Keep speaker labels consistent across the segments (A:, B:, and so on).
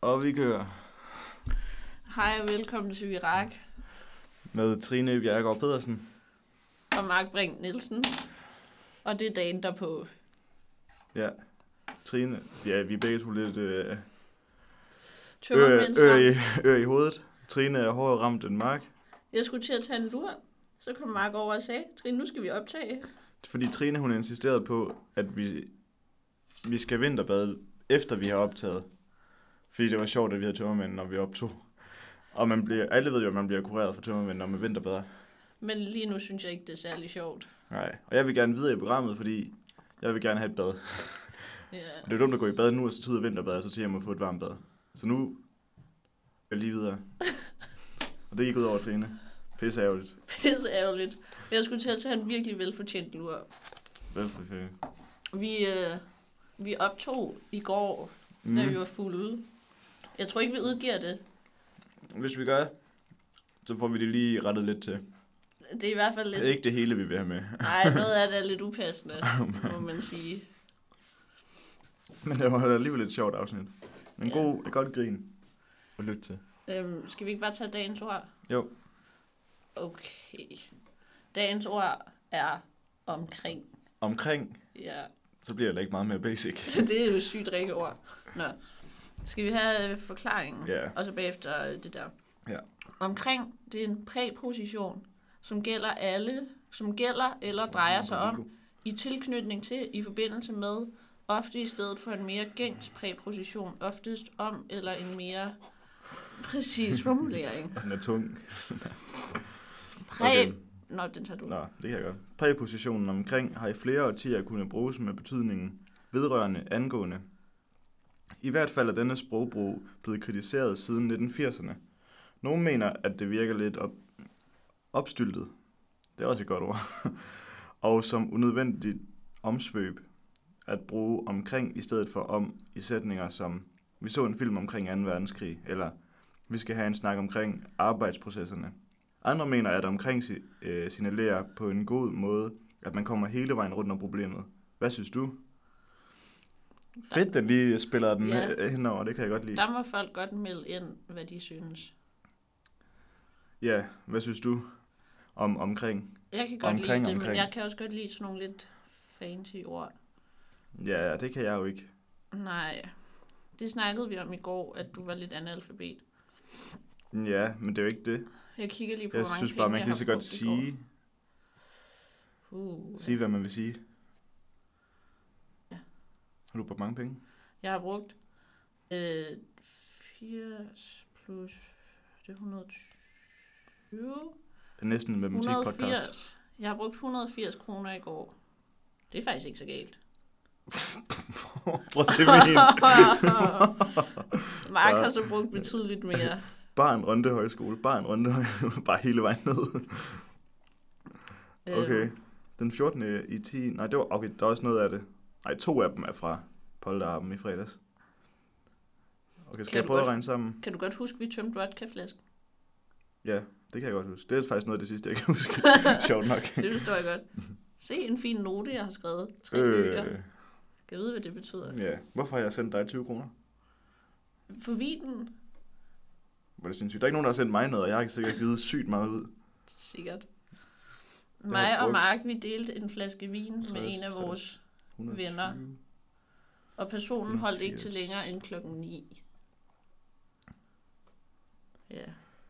A: Og vi kører
B: Hej og velkommen til Virak
A: med Trine Bjerregaard Pedersen
B: og Mark Brink Nielsen. Og det er dagen derpå.
A: Ja, Trine, ja, vi er begge to lidt ør i hovedet. Trine er hårdere ramt end Mark.
B: Jeg skulle til at tage en lur, så kom Mark over og sagde, Trine, nu skal vi optage.
A: Fordi Trine, hun insisterede på, at vi skal vinterbade, efter vi har optaget. Fordi det var sjovt, at vi havde tømmermænd, når vi optog. Og alle ved jo, at man bliver kureret for tømmermænd, når man vinterbader.
B: Men lige nu synes jeg ikke, det er særlig sjovt.
A: Nej, og jeg vil gerne videre i programmet, fordi jeg vil gerne have et bad.
B: Ja.
A: Det er dumt at gå i bad nu, og så tage ud af vinterbad, og så til hjem og få et varmt bad. Så nu er jeg lige videre. Og det gik ud over Trine. Pisse ærgerligt.
B: Pisse ærgerligt. Jeg skulle til at tage en virkelig velfortjent lur.
A: Velfortjent.
B: Vi optog i går, da vi var fulde. Jeg tror ikke, vi udgiver det.
A: Hvis vi gør, så får vi det lige rettet lidt til.
B: Det er i hvert fald lidt...
A: Det er ikke det hele, vi vil have med.
B: Nej, noget af det er lidt upassende, må man sige.
A: Men det var alligevel et sjovt afsnit. En god, et godt grin at lytte til.
B: Skal vi ikke bare tage dagens ord?
A: Jo.
B: Okay. Dagens ord er omkring.
A: Omkring?
B: Ja.
A: Så bliver det ikke meget mere basic.
B: Det er jo sygt rikke ord. Nå. Skal vi have forklaringen?
A: Ja.
B: Og så bagefter det der.
A: Ja.
B: Omkring, det er en præposition, som gælder eller drejer sig om, i tilknytning til, i forbindelse med, ofte i stedet for en mere gængs præposition, oftest om eller en mere præcis formulering.
A: Den er tung.
B: Okay. Nå, den tager du.
A: Nå, det kan jeg godt. Præpositionen omkring har i flere årtier kunnet bruges med betydningen vedrørende, angående. I hvert fald er denne sprogbrug blevet kritiseret siden 1980'erne. Nogle mener, at det virker lidt opstyltet. Det er også et godt ord. Og som unødvendigt omsvøb at bruge omkring i stedet for om i sætninger som vi så en film omkring 2. verdenskrig, eller vi skal have en snak omkring arbejdsprocesserne. Andre mener, at omkring signalerer på en god måde, at man kommer hele vejen rundt om problemet. Hvad synes du? Fedt, den lige spiller den henover, det kan jeg godt lide.
B: Der må folk godt melde ind, hvad de synes.
A: Ja, hvad synes du om omkring?
B: Jeg kan godt lide det, men jeg kan også godt lide sådan nogle lidt fancy ord.
A: Ja, det kan jeg jo ikke.
B: Nej, det snakkede vi om i går, at du var lidt analfabet.
A: Ja, men det er jo ikke det.
B: Jeg kigger lige på,
A: jeg synes bare, man kan lige så godt sige. Sige, hvad man vil sige.
B: Ja.
A: Har du brugt mange penge?
B: Jeg har brugt 80 plus det er 120.
A: Det er næsten en matematik-podcast.
B: Jeg har brugt 180 kroner i går. Det er faktisk ikke så galt.
A: Prøv at se min.
B: Mark har så brugt betydeligt mere.
A: Bare en Rønde-højskole. Bare hele vejen ned. Okay. Den 14. i 10. Nej, det var okay. Der er også noget af det. Nej, 2 af dem er fra polterappen i fredags. Okay, skal jeg prøve at regne sammen?
B: Kan du godt huske, vi tømte vodkaflasken?
A: Ja, det kan jeg godt huske. Det er faktisk noget af det sidste, jeg kan huske. Sjovt nok.
B: Det forstår jeg godt. Se en fin note, jeg har skrevet. 3 bøger. Kan jeg vide, hvad det betyder?
A: Ja. Hvorfor har jeg sendt dig 20 kroner?
B: For vinen.
A: Var det sindssygt? Der er ikke nogen, der har sendt mig noget, og jeg har sikkert givet sygt meget ud.
B: Sikkert. Mig og Mark, vi delte en flaske vin 60, med en af vores 120, venner. Og personen 180. Holdt ikke til længere end 9:00. Ja.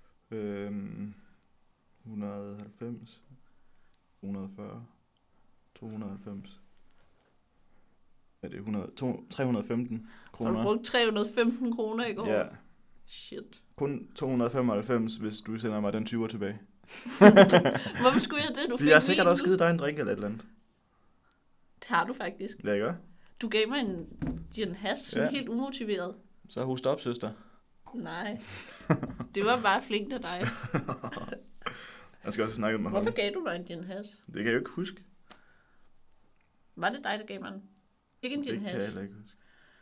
A: 190, 140, 290. Er det 315 kroner?
B: Har du brugt 315 kroner i går?
A: Ja.
B: Shit.
A: Kun 295, hvis du sender mig den 20'er tilbage.
B: Hvorfor skulle jeg det? Du fik
A: jeg har sikkert også givet dig en drink eller et eller andet.
B: Det har du faktisk.
A: Ja, jeg gør.
B: Du gav mig en gin hash, helt umotiveret.
A: Så host op, søster.
B: Nej. Det var bare flink af dig.
A: Jeg skal også snakke med ham.
B: Hvorfor gav du mig en gin hash?
A: Det kan jeg jo ikke huske.
B: Var det dig, der gav mig den? Ikke en gin hash?
A: Det kan jeg heller ikke huske.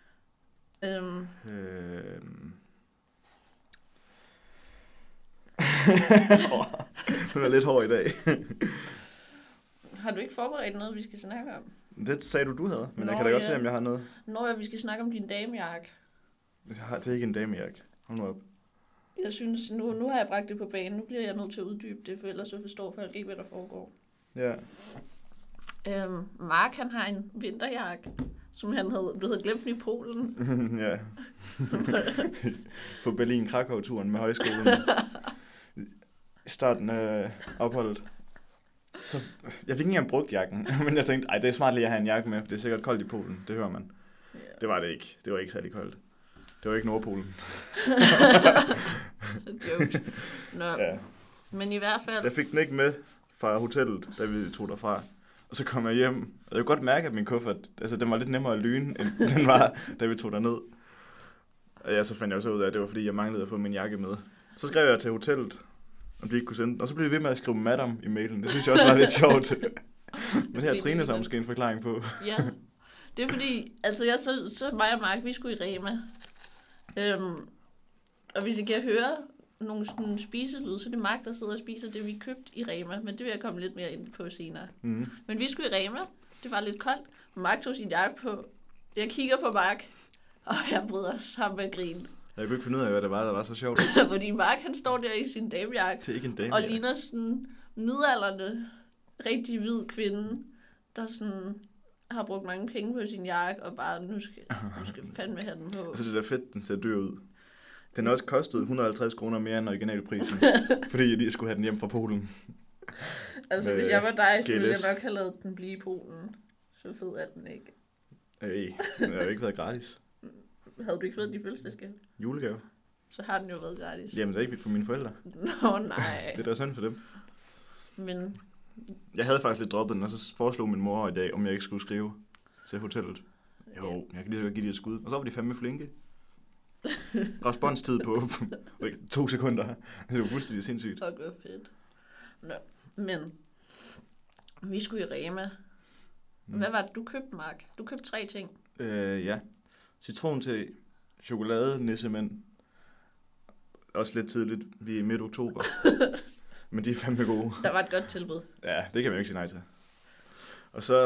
A: Hun er lidt hård i dag.
B: Har du ikke forberedt noget, vi skal snakke om?
A: Det sagde du havde, men jeg kan da godt se, om jeg har noget.
B: Når vi skal snakke om din damejakke.
A: Det er ikke en damejakke. Hold nu op.
B: Jeg synes, nu har jeg bragt det på banen. Nu bliver jeg nødt til at uddybe det, for ellers så forstår folk ikke, hvad der foregår.
A: Ja.
B: Mark, han har en vinterjakke, som han havde glemt i Polen.
A: Ja. På Berlin-Krakow-turen med højskolen. I starten af opholdet. Så jeg fik ikke engang brugt jakken, men jeg tænkte, det er smart lige at have en jakke med, for det er sikkert koldt i Polen, det hører man. Yeah. Det var det ikke. Det var ikke særlig koldt. Det var ikke Nordpolen.
B: Nå. Ja. Men i hvert fald...
A: Jeg fik den ikke med fra hotellet, da vi tog derfra. Og så kom jeg hjem, og jeg kunne godt mærke, at min kuffert, altså den var lidt nemmere at lyne, end den var, da vi tog derned. Og ja, så fandt jeg så ud af, at det var fordi, jeg manglede at få min jakke med. Så skrev jeg til hotellet, om de ikke kunne sende den. Og så blev vi ved med at skrive madam i mailen. Det synes jeg også var lidt sjovt. Men det her Trine så måske en forklaring på.
B: Ja, det er fordi, altså så mig og Mark, vi skulle i Rema. Og hvis I kan høre nogle sådan spiselyd, så det er Mark, der sidder og spiser det, vi købte i Rema. Men det vil jeg komme lidt mere ind på senere. Mm. Men vi skulle i Rema. Det var lidt koldt. Mark tog sin jakke på. Jeg kigger på Mark, og jeg bryder sammen med grin.
A: Jeg kunne ikke finde ud af, hvad det var, der var så sjovt.
B: Fordi Mark, han står der i sin damejakke.
A: Det er ikke en damejakke.
B: Og ligner sådan midaldrende, rigtig hvid kvinde, der sådan har brugt mange penge på sin jakke, og bare, nu skal fandme have den på.
A: Altså det der fedt, den ser dyr ud. Den har også kostet 150 kroner mere end originalprisen, fordi jeg lige skulle have den hjem fra Polen.
B: Altså hvis jeg var dig, så ville jeg nok have lavet den blive i Polen. Så fed er den ikke.
A: Den har jo ikke været gratis.
B: Havde du ikke fået den i fødselsdagsgave?
A: Julegave.
B: Så har den jo været gratis.
A: Jamen, det er ikke for mine forældre.
B: Nå, nej.
A: Det er da synd for dem.
B: Men...
A: Jeg havde faktisk lidt droppet den, og så foreslog min mor i dag, om jeg ikke skulle skrive til hotellet. Jo, jeg kan lige så godt give det et skud. Og så var de fandme flinke. Responstid på 2 sekunder. Det var fuldstændig sindssygt.
B: Og godt fedt. Nå, men... Vi skulle i Rema. Hvad var det, du købte, Mark? Du købte 3 ting.
A: Ja. Citronte, chokolade, nissemænd. Også lidt tidligt. Vi er i midt oktober. Men de er fandme gode.
B: Der var et godt tilbud.
A: Ja, det kan man jo ikke sige nej til. Og så...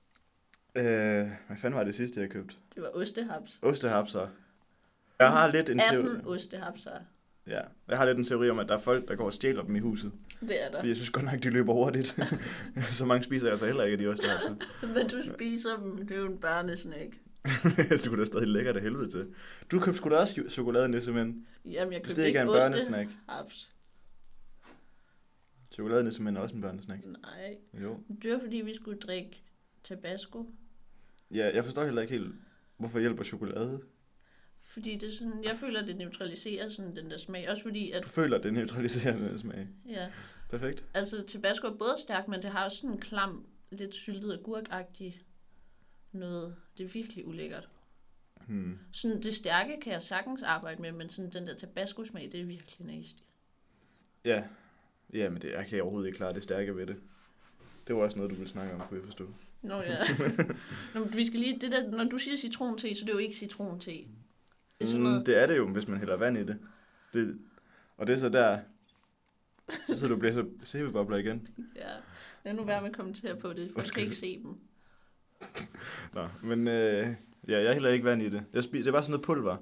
A: hvad fanden var det sidste, jeg købte?
B: Det var ostehaps.
A: Ostehapser. Jeg har lidt en
B: 18 ostehapser.
A: Ja, jeg har lidt en teori om, at der er folk, der går og stjæler dem i huset.
B: Det er der.
A: Fordi jeg synes godt nok, de løber hurtigt. Så mange spiser jeg så heller ikke af de ostehapser.
B: Men du spiser dem, det er jo en børnesnack.
A: Så kunne da stadig lækkert af helvede til. Du købte sgu da også chokoladenissemænd.
B: Jamen, jeg
A: købte ikke
B: ostehaps.
A: Chokoladenissemænd er også en børnesnack.
B: Nej.
A: Jo.
B: Det var fordi, vi skulle drikke Tabasco.
A: Ja, jeg forstår heller ikke helt, hvorfor hjælper chokolade.
B: Fordi det er sådan, jeg føler, det neutraliserer sådan den der smag. Også fordi, at...
A: Du føler, det neutraliserer den smag?
B: Ja.
A: Perfekt.
B: Altså, Tabasco er både stærkt, men det har også sådan en klam, lidt syltet agurkagtig noget. Det er virkelig ulækkert. Sådan det stærke kan jeg sagtens arbejde med, men sådan den der Tabasco-smag, det er virkelig nasty.
A: Ja. Ja, men jeg kan overhovedet ikke klare det stærke ved det. Det var også noget, du ville snakke om, kunne jeg forstå.
B: Nå ja. Nå, vi skal lige, det der, når du siger citronte, så det er jo ikke citronte.
A: Det er det jo, hvis man hælder vand i det. Og det er så der, så du bliver så sæbebobler igen.
B: Ja, lad nu være med at kommentere på det, for jeg kan ikke se dem.
A: Nå, men jeg hælder ikke vand i det. Det er bare sådan noget pulver.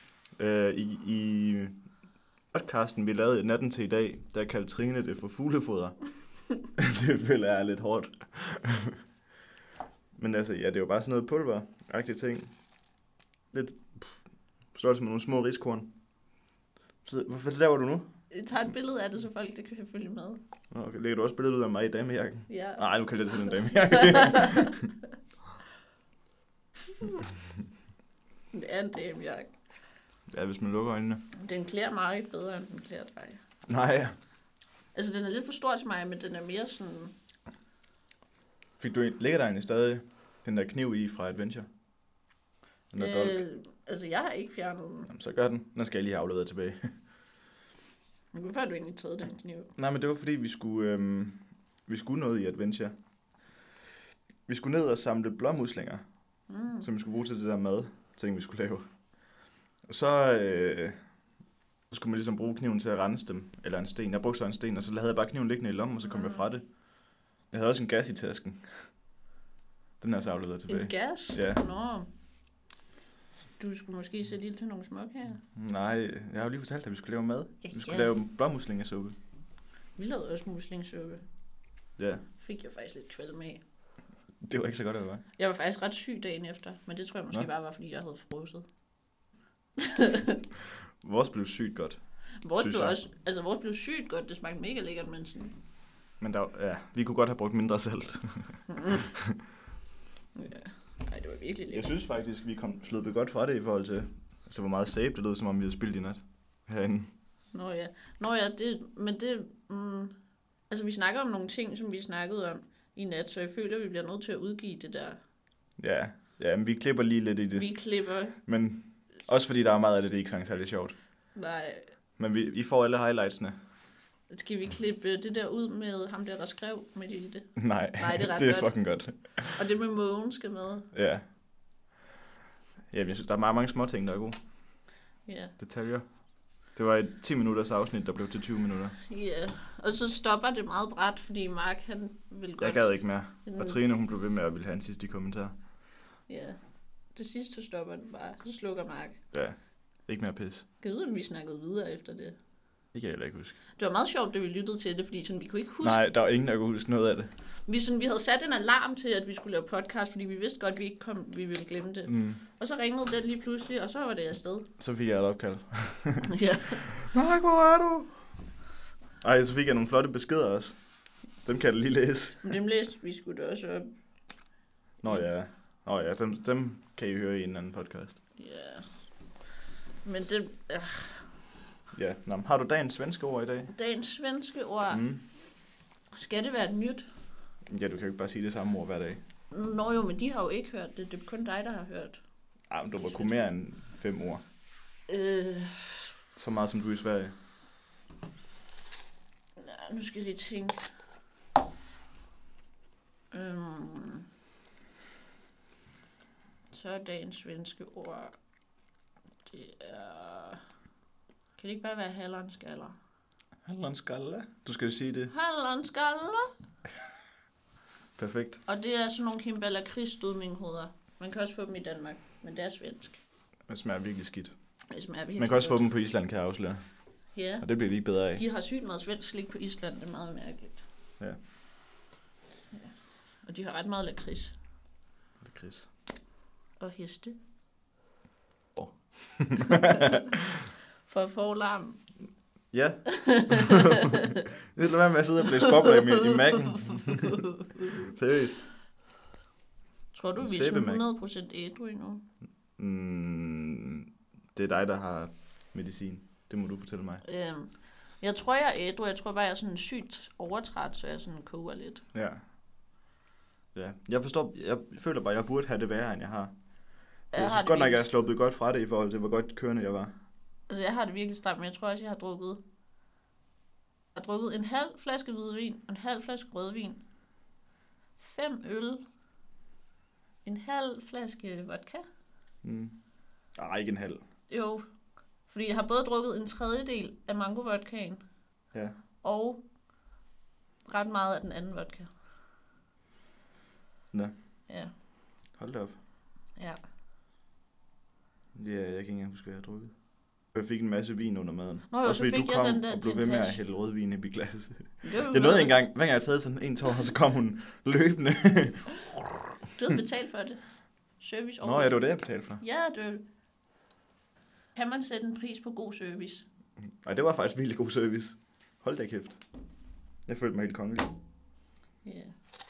A: I podcasten, vi lavede natten til i dag, der kaldte Trine det for fuglefoder. Det føler jeg er lidt hårdt. Men altså, ja, det er jo bare sådan noget pulver-agtige ting. Lidt størrelse med nogle små riskorn. Så, hvad laver du nu?
B: Jeg tager et billede af det, så folk det kan følge med.
A: Okay, lægger du også billedet ud af mig i damejakken?
B: Ja.
A: Nej, nu kan jeg det til en damejakke.
B: Det er en damejakke.
A: Ja, hvis man lukker øjnene.
B: Den klæder mig bedre, end den klæder dig.
A: Nej.
B: Altså, den er lidt for stor til mig, men den er mere sådan...
A: Ligger der egentlig stadig den der kniv i fra Adventure? Den der dolk?
B: Altså, jeg har ikke fjernet den.
A: Jamen, så gør den. Den skal jeg lige have afleveret tilbage.
B: Men hvorfor har du egentlig taget den kniv?
A: Nej, men det var fordi, vi skulle noget i Adventure. Vi skulle ned og samle blåmuslinger, som vi skulle bruge til det der mad, ting vi skulle lave. Og så skulle man ligesom bruge kniven til at rense dem, eller en sten. Jeg brugte så en sten, og så havde jeg bare kniven liggende i lommen, og så kom jeg fra det. Jeg havde også en gas i tasken. Den er så afleveret tilbage.
B: En gas?
A: Ja.
B: Nå. Du skulle måske sætte ild til nogle småkager.
A: Nej, jeg har jo lige fortalt at vi skulle lave mad.
B: Ja,
A: Vi skulle lave blåmuslingesuppe.
B: Vi lavede også muslingesuppe.
A: Ja,
B: Fik jeg faktisk lidt kvalme af.
A: det var ikke så godt, eller hvad?
B: Jeg var faktisk ret syg dagen efter, men det tror jeg måske
A: Nå.
B: bare var, fordi jeg havde frosset.
A: Vores blev sygt godt.
B: Vores blev sygt godt, det smagte mega lækkert, men sådan...
A: Men vi kunne godt have brugt mindre salt.
B: Ja. Ej, det var virkelig lækkert.
A: Jeg synes faktisk, vi kom sluppet godt fra det i forhold til, altså hvor meget sæbe det lød, som om vi havde spildt i nat herinde.
B: Nå ja, altså vi snakker om nogle ting, som vi snakkede om i nat, så jeg føler, at vi bliver nødt til at udgive det der.
A: Ja, men vi klipper lige lidt i det.
B: Vi klipper.
A: Men også fordi der er meget af det, det ikke er særlig sjovt.
B: Nej.
A: Men I får alle highlightsene.
B: Skal vi klippe det der ud med ham der skrev med det?
A: Nej,
B: det er ret
A: det er
B: godt.
A: fucking godt.
B: Og det med mågen skal med.
A: Ja. Jamen, jeg synes, der er mange små ting, der er gode.
B: Ja.
A: Detaljer. Det var et 10 minutters afsnit, der blev til 20 minutter.
B: Ja, og så stopper det meget brat, fordi Mark, han vil godt...
A: Jeg gad ikke mere. Og Trine, hun blev ved med at ville have en sidste kommentar.
B: Ja, det sidste stopper det bare. Så slukker Mark.
A: Ja, ikke mere pis.
B: Jeg ved, om vi snakkede videre efter det.
A: Det kan jeg heller ikke huske.
B: Det var meget sjovt, da vi lyttede til det, fordi sådan, vi kunne ikke huske...
A: Nej, der var ingen, der kunne huske noget af det.
B: Vi havde sat en alarm til, at vi skulle lave podcast, fordi vi vidste godt, at vi ville glemme det.
A: Mm.
B: Og så ringede den lige pludselig, og så var det afsted.
A: Så fik jeg et opkald.
B: Ja.
A: Mark, hvor er du? Ej, så fik jeg nogle flotte beskeder også. Dem kan jeg lige læse.
B: Men dem læste vi sgu da også op.
A: Nå ja, dem kan I høre i en anden podcast.
B: Ja. Men det...
A: Ja, har du dagens svenske ord i dag?
B: Dagens svenske ord... Skal det være et nyt?
A: Ja, du kan jo ikke bare sige det samme ord hver dag.
B: Nå jo, men de har jo ikke hørt det. Det er kun dig, der har hørt.
A: Ej, men du var kun mere end 5 ord. Så meget som du er i Sverige.
B: Ja, nu skal jeg lige tænke. Så er dagens svenske ord... Det er... Kan det ikke bare være hallonskaller?
A: Hallonskalle? Du skal jo sige det.
B: Hallonskaller?
A: Perfekt.
B: Og det er sådan nogle kæmpe lakridsstødminghoveder. Man kan også få dem i Danmark, men det er svensk.
A: Det smager virkelig skidt.
B: Det smager virkelig
A: Man kan også få
B: godt.
A: dem på Island, kan jeg afsløre.
B: Ja.
A: Og det bliver de ikke bedre af.
B: De har sygt meget svensk slik på Island, det er meget mærkeligt.
A: Ja.
B: Og de har ret meget lakrids.
A: Lakrids.
B: Og heste.
A: Åh.
B: For at få larm.
A: Ja. Det er med at sidde og blæse bobler i Mac'en. Seriøst.
B: Tror du, vi er sådan 100% ædru endnu?
A: Det er dig, der har medicin. Det må du fortælle mig.
B: Jeg tror, jeg er ædru. Jeg tror bare, jeg er sådan sygt overtræt, så jeg sådan koger lidt.
A: Ja. Ja. Jeg føler bare, at jeg burde have det værre, end jeg har. Jeg synes godt nok, at jeg er sluppet godt fra det i forhold til, hvor godt kørende jeg var.
B: Altså, jeg har det virkelig stramt, men jeg tror også, jeg har drukket en halv flaske hvidvin og en halv flaske rødvin. 5 øl. En halv flaske vodka.
A: Ej, ikke en halv.
B: Jo, fordi jeg har både drukket en tredjedel af mango-vodkaen.
A: Ja.
B: Og ret meget af den anden vodka.
A: Nå.
B: Ja.
A: Hold da op.
B: Ja.
A: Ja, jeg kan ikke engang huske, hvad jeg har drukket. Jeg fik en masse vin under maden.
B: Nå jo,
A: også
B: så
A: fordi
B: fik
A: du
B: jeg
A: kom
B: den der
A: og blev ved med at hælde rødvin i glas. Jeg nåede engang, hver gang jeg havde taget sådan en tår, så kom hun løbende.
B: Du havde betalt for det. Service over.
A: Nå ja, det var det, jeg betalte for.
B: Ja, det kan man sætte en pris på god service.
A: Nej, det var faktisk virkelig god service. Hold da kæft. Jeg følte mig helt kongelig.
B: Ja.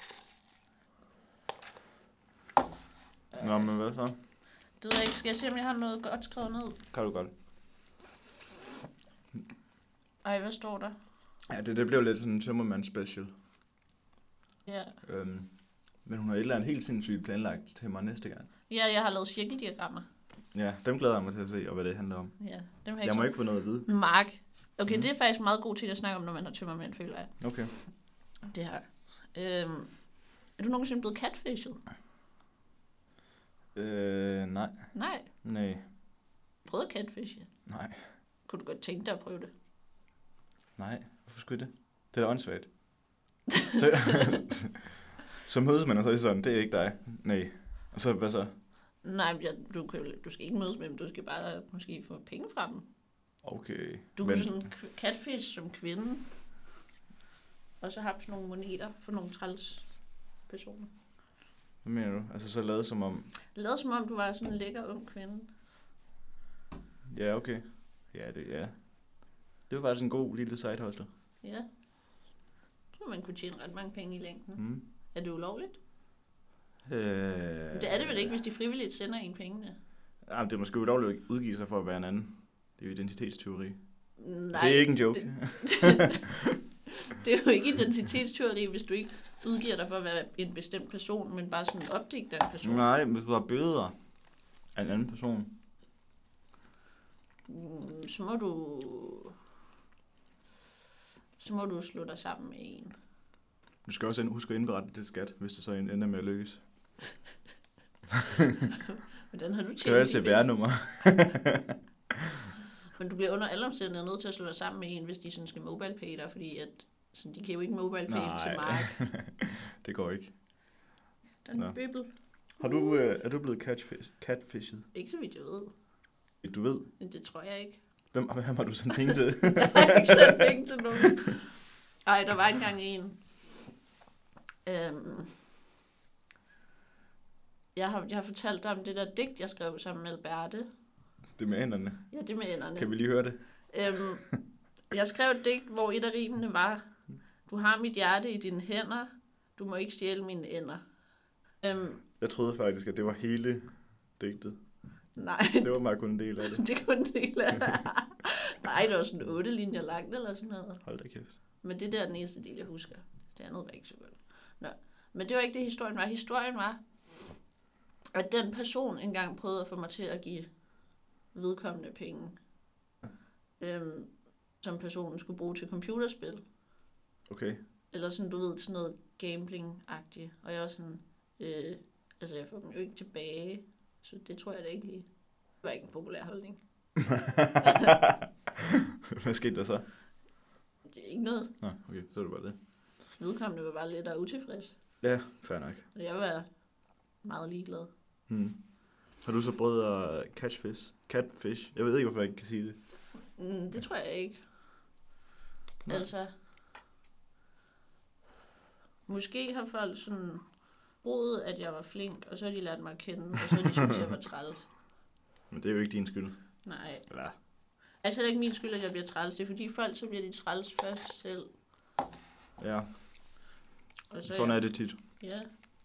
A: Nå, men hvad så?
B: Det ved jeg ikke. Skal jeg se, om jeg har noget godt skrevet ned?
A: Kan du godt.
B: Ej, hvad står der?
A: Ja, det blev lidt sådan en tømmermand special.
B: Ja.
A: Men hun har et eller andet helt sindssygt planlagt til mig næste gang.
B: Ja, jeg har lavet cirkeldiagrammer.
A: Ja, dem glæder jeg mig til at se, og hvad det handler om.
B: Ja, dem har
A: jeg må ikke få noget at vide.
B: Mark. Okay, det er faktisk meget god ting at snakke om, når man har tømmermænd, føler jeg.
A: Okay.
B: Det her. Er du nogensinde blevet catfished?
A: Nej.
B: Nej.
A: Nej.
B: Prøvet at catfishe?
A: Nej.
B: Kunne du godt tænke dig at prøve det?
A: Nej. Hvorfor skulle det? Det er da åndssvagt. Så mødes man, og så er det sådan, det er ikke dig. Nej. Og så, hvad så?
B: Nej, du skal ikke mødes med dem, du skal bare måske få penge fra dem.
A: Okay.
B: Du kan sådan catfish som kvinde, og så har du sådan nogle moneter for nogle træls personer.
A: Hvad mener du? Altså så lade som om...
B: Lad som om, du var sådan en lækker ung kvinde.
A: Ja, okay. Ja. Det var faktisk en god lille side hustle.
B: Ja. Jeg tror, man kunne tjene ret mange penge i længden.
A: Mm.
B: Er det ulovligt? Men det er det vel ikke, hvis de frivilligt sender en pengene?
A: Ja, det er måske ulovligt at udgive sig for at være en anden. Det er jo identitetsteori.
B: Nej,
A: det er ikke en joke.
B: Det er jo ikke identitetsteori, hvis du ikke udgiver dig for at være en bestemt person, men bare sådan opdigter en person.
A: Nej, hvis du har billeder af en anden person.
B: Så må du slå dig sammen med en.
A: Du skal også huske at indberette det til skat, hvis det så ender med at lykkes.
B: Hvordan har du tjent
A: det? Skal være CVR-nummer.
B: Men du bliver under alle omstændigheder nødt til at slå dig sammen med en, hvis de sådan skal MobilePay dig, fordi at, sådan, de kan jo ikke MobilePay til Mark.
A: Det går ikke.
B: Den er bøbel.
A: Er du blevet catfished?
B: Ikke så vidt jeg ved.
A: Du ved?
B: Det tror jeg ikke.
A: Hvem har du sendt penge til?
B: Jeg har ikke sendt penge til nogen. Ej, der var engang en. Jeg har fortalt dig om det der digt, jeg skrev sammen med Alberte.
A: Det med ænderne?
B: Ja, det med ænderne.
A: Kan vi lige høre det?
B: Jeg skrev et digt, hvor et af rimene var: du har mit hjerte i dine hænder, du må ikke stjæle mine ænder.
A: Jeg troede faktisk, at det var hele digtet.
B: Nej.
A: Det var bare kun en del af det.
B: Det er kun en del af det. Nej, det var sådan 8 linjer langt eller sådan noget.
A: Hold da kæft.
B: Men det der er den eneste del, jeg husker. Det andet var ikke så godt. Nå. Men det var ikke det, historien var. Historien var, at den person engang prøvede at få mig til at give vedkommende penge, som personen skulle bruge til computerspil.
A: Okay.
B: Eller sådan, du ved, sådan noget gambling-agtigt. Og jeg var sådan, altså jeg får dem jo ikke tilbage, så det tror jeg da ikke lige. Det var ikke en populær holdning.
A: Hvad skete der så?
B: Det er ikke noget.
A: Nå, okay, så er det bare det.
B: Vedkommende var bare lidt og utilfreds.
A: Ja, fair nok.
B: Og jeg var meget ligeglad.
A: Har du så prøvet at catfish? Jeg ved ikke, hvorfor jeg ikke kan sige det.
B: Det tror jeg ikke.
A: Nej.
B: Altså, måske har folk sådan roet, at jeg var flink, og så har de lært mig at kende, og så har de synes, jeg var træls.
A: Men det er jo ikke din skyld.
B: Nej.
A: Eller?
B: Altså, det er ikke min skyld, at jeg bliver træls. Det er fordi folk, så bliver de træls først selv.
A: Ja.
B: Og så
A: sådan er det tit.
B: Ja.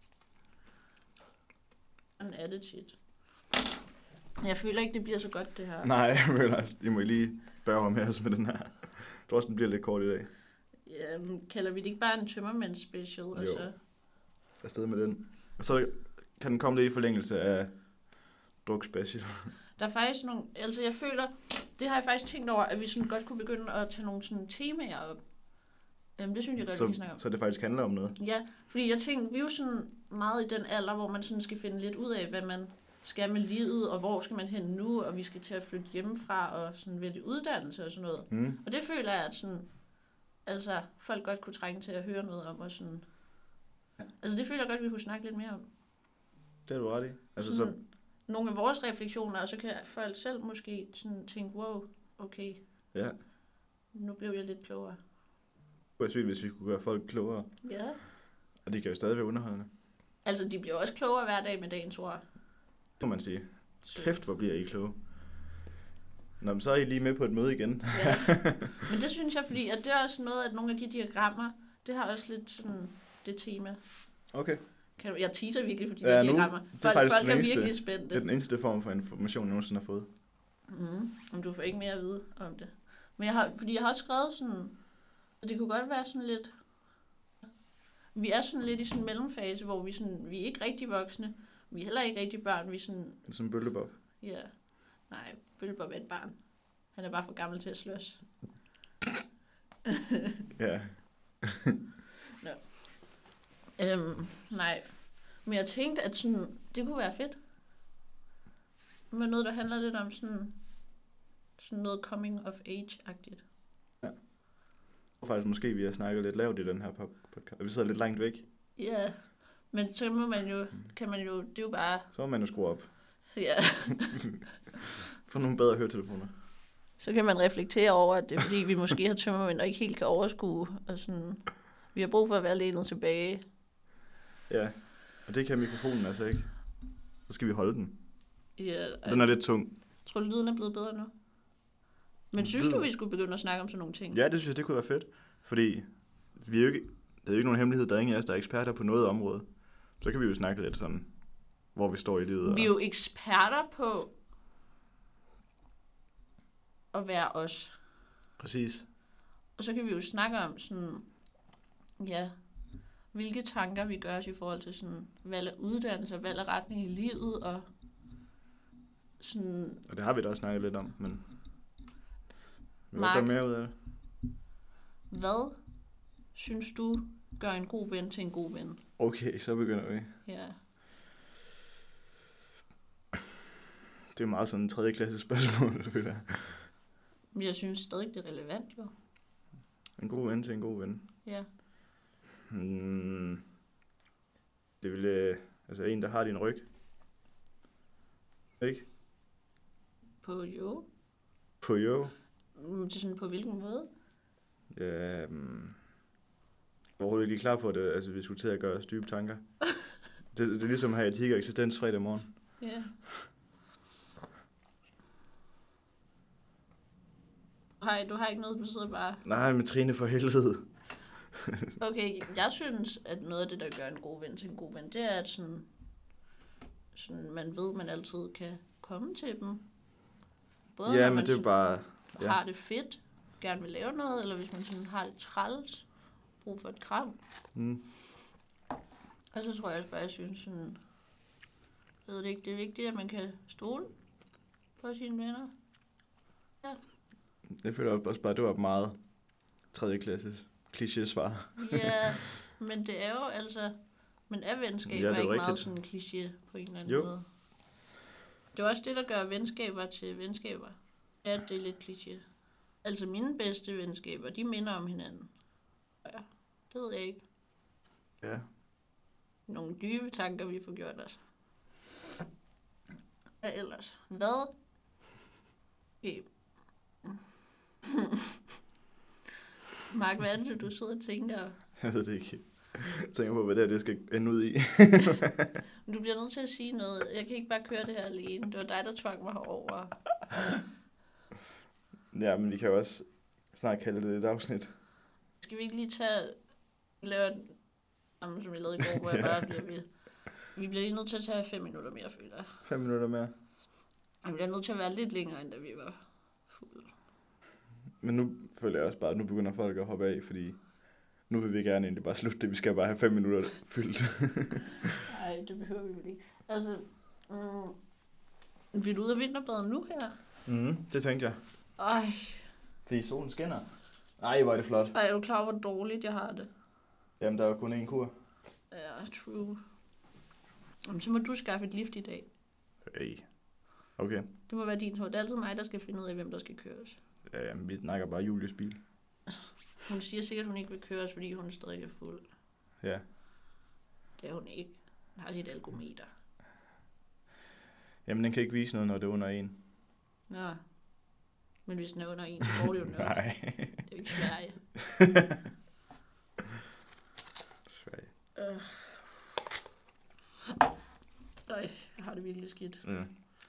B: Sådan er det tit. Jeg føler ikke, det bliver så godt, det her.
A: Nej, men altså, I må lige bære ham med os med den her. Jeg tror også, den bliver lidt kort i dag.
B: Kalder vi det ikke bare en tømmermænds special?
A: Jo.
B: Og så
A: Afsted med den. Og så kan den komme lidt i forlængelse af druk special.
B: der er faktisk nogle, altså jeg føler, det har jeg faktisk tænkt over, at vi sådan godt kunne begynde at tage nogle sådan temaer op. Det synes jeg godt, vi kan snakke om.
A: Så det faktisk handler om noget?
B: Ja, fordi jeg tænkte, vi er jo sådan meget i den alder, hvor man sådan skal finde lidt ud af, hvad man skal med livet, og hvor skal man hen nu, og vi skal til at flytte hjemmefra, og sådan vælge uddannelse og sådan noget. Og det føler jeg, at sådan, altså, folk godt kunne trænge til at høre noget om, og sådan. Ja. Altså det føler jeg godt, vi kunne snakke lidt mere om.
A: Det er du ret i. Altså,
B: sådan, nogle af vores refleksioner, og så kan folk selv måske sådan tænke, wow, okay,
A: ja.
B: Nu blev jeg lidt klogere.
A: Det var sygt, hvis vi kunne gøre folk klogere.
B: Ja.
A: Og de kan jo stadig være underholdende.
B: Altså, de bliver også klogere hver dag med dagens ord.
A: Det må man sige. Kæft, hvor bliver I kloge. Nå, men så er I lige med på et møde igen.
B: Ja. Men det synes jeg, fordi at det er også noget, at nogle af de diagrammer, det har også lidt sådan det tema.
A: Okay.
B: Jeg teaser virkelig for de der diagrammer. Folk er virkelig spændte.
A: Det er den eneste form for information, jeg nogensinde har fået.
B: Om du får ikke mere at vide om det. Men jeg har også skrevet sådan, så det kunne godt være sådan lidt, vi er sådan lidt i sådan en mellemfase, hvor vi er ikke rigtig voksne, vi er heller ikke rigtig børn, vi er sådan.
A: Det er som Bøllebob.
B: Ja. Nej, Bøllebob er et barn. Han er bare for gammel til at slås.
A: Ja.
B: Nå. Nej. Men jeg tænkte, at sådan, det kunne være fedt. Med noget, der handler lidt om sådan noget coming of age-agtigt.
A: Ja. Og faktisk måske vi har snakket lidt lavt i den her podcast. Vi sidder lidt langt væk.
B: Ja, men så må man jo, det er jo bare.
A: Så må man jo skrue op.
B: Ja.
A: Få nogle bedre høretelefoner.
B: Så kan man reflektere over, at det er fordi, vi måske har tømmermænd og ikke helt kan overskue. Og sådan, vi har brug for at være lænet tilbage.
A: Ja, og det kan mikrofonen altså ikke. Så skal vi holde den.
B: Ja,
A: Den er lidt tung.
B: Tror du, lyden er blevet bedre nu? Men synes du, vi skulle begynde at snakke om sådan nogle ting?
A: Ja, det synes jeg, det kunne være fedt. Fordi vi er jo ikke, det er jo ikke nogen hemmelighed, der er ingen af os, der er eksperter på noget område. Så kan vi jo snakke lidt sådan, hvor vi står i livet.
B: Vi er jo eksperter på at være os.
A: Præcis.
B: Og så kan vi jo snakke om sådan, ja, hvilke tanker vi gør os i forhold til sådan valg af uddannelse og valg af retning i livet og sådan.
A: Og det har vi da også snakket lidt om, men vi vil
B: Mark,
A: gøre mere ud af det.
B: hvad synes du gør en god ven til en god ven?
A: Okay, så begynder vi.
B: Ja.
A: Det er meget sådan en 3. klasse spørgsmål, føler jeg.
B: Jeg synes stadig, det er relevant, jo.
A: En god ven til en god ven.
B: Ja.
A: Det vil altså en, der har din ryg. Ikke?
B: På jo.
A: På jo.
B: Det er sådan på hvilken måde?
A: Ja, overhovedet ikke lige klar på det. Altså, vi skulle til at gøre os dybe tanker. Det er ligesom at have etik og eksistens fredag morgen.
B: Ja. Du har ikke noget, du sidder bare.
A: Nej, men Trine, for helvede.
B: Okay, jeg synes, at noget af det, der gør en god ven til en god ven, det er, at sådan man ved, man altid kan komme til dem. Både
A: Ja,
B: når
A: men
B: man
A: det er jo bare... Ja.
B: har det fedt, gerne vil lave noget, eller hvis man sådan har det træls, brug for et kram. Og så tror jeg også bare, jeg synes sådan, jeg ved det ikke, det er vigtigt, at man kan stole på sine venner. Ja.
A: Jeg føler også bare, det var et meget 3. klasses kliché-svar.
B: Ja, men det er jo altså, men er venskaber
A: Ja, det er
B: ikke
A: rigtigt.
B: meget sådan en kliché på en eller anden
A: Jo.
B: måde? Det er også det, der gør venskaber til venskaber. Ja, det er lidt kliché. Altså mine bedste venskaber, de minder om hinanden. Ja, det ved jeg ikke.
A: Ja.
B: Nogle dybe tanker, vi får gjort os. Ja, ellers. Hvad? Okay. Mark, hvad er det, du sidder og tænker?
A: Jeg ved det ikke. Jeg tænker på, hvad det skal ende ud i.
B: Du bliver nødt til at sige noget. Jeg kan ikke bare køre det her alene. Det var dig, der tvang mig herover.
A: Ja, men vi kan jo også snart kalde det et afsnit.
B: Skal vi ikke lige lave den samme, som vi lavede i går, hvor jeg bare bliver ved? Vi bliver lige nødt til at tage 5 minutter mere, føler jeg.
A: 5 minutter mere.
B: Vi bliver nødt til at være lidt længere, end da vi var fulde.
A: Men nu føler jeg også bare, at nu begynder folk at hoppe af, fordi nu vil vi gerne egentlig bare slutte det. Vi skal bare have 5 minutter fyldt.
B: Nej, det behøver vi vel ikke. Altså, vil du ud af vinterbadet nu her?
A: Det tænkte jeg.
B: Ej,
A: Fordi solen skinner. Ej, hvor er det flot.
B: er du klar over, hvor dårligt jeg har det?
A: Jamen, der er jo kun én kur.
B: Ja, true. Jamen, så må du skaffe et lift i dag.
A: Hey. Okay.
B: Det må være din tur. Det er altid mig, der skal finde ud af, hvem der skal køres.
A: Ja, jamen, vi snakker bare Julies bil.
B: Hun siger sikkert, at hun ikke vil køres, fordi hun stadig er fuld.
A: Ja.
B: Det er hun ikke. Hun har sit algometer.
A: Jamen, den kan ikke vise noget, når det er under 1.
B: Nå. Men hvis den er under 1, så får det jo noget.
A: Nej.
B: Det er jo ikke Sverige.
A: Sverige.
B: Øj, jeg har det virkelig skidt.
A: Ja.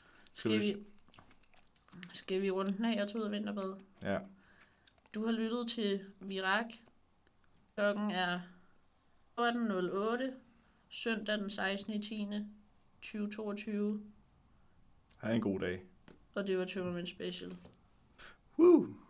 B: Skal vi runde den af og tage ud af vinterbad?
A: Ja.
B: Du har lyttet til Virak. Klokken er 14.08. Søndag den 16.10.2022.
A: Ha' en god dag.
B: Og det var Tømmermænd Special.
A: Woo!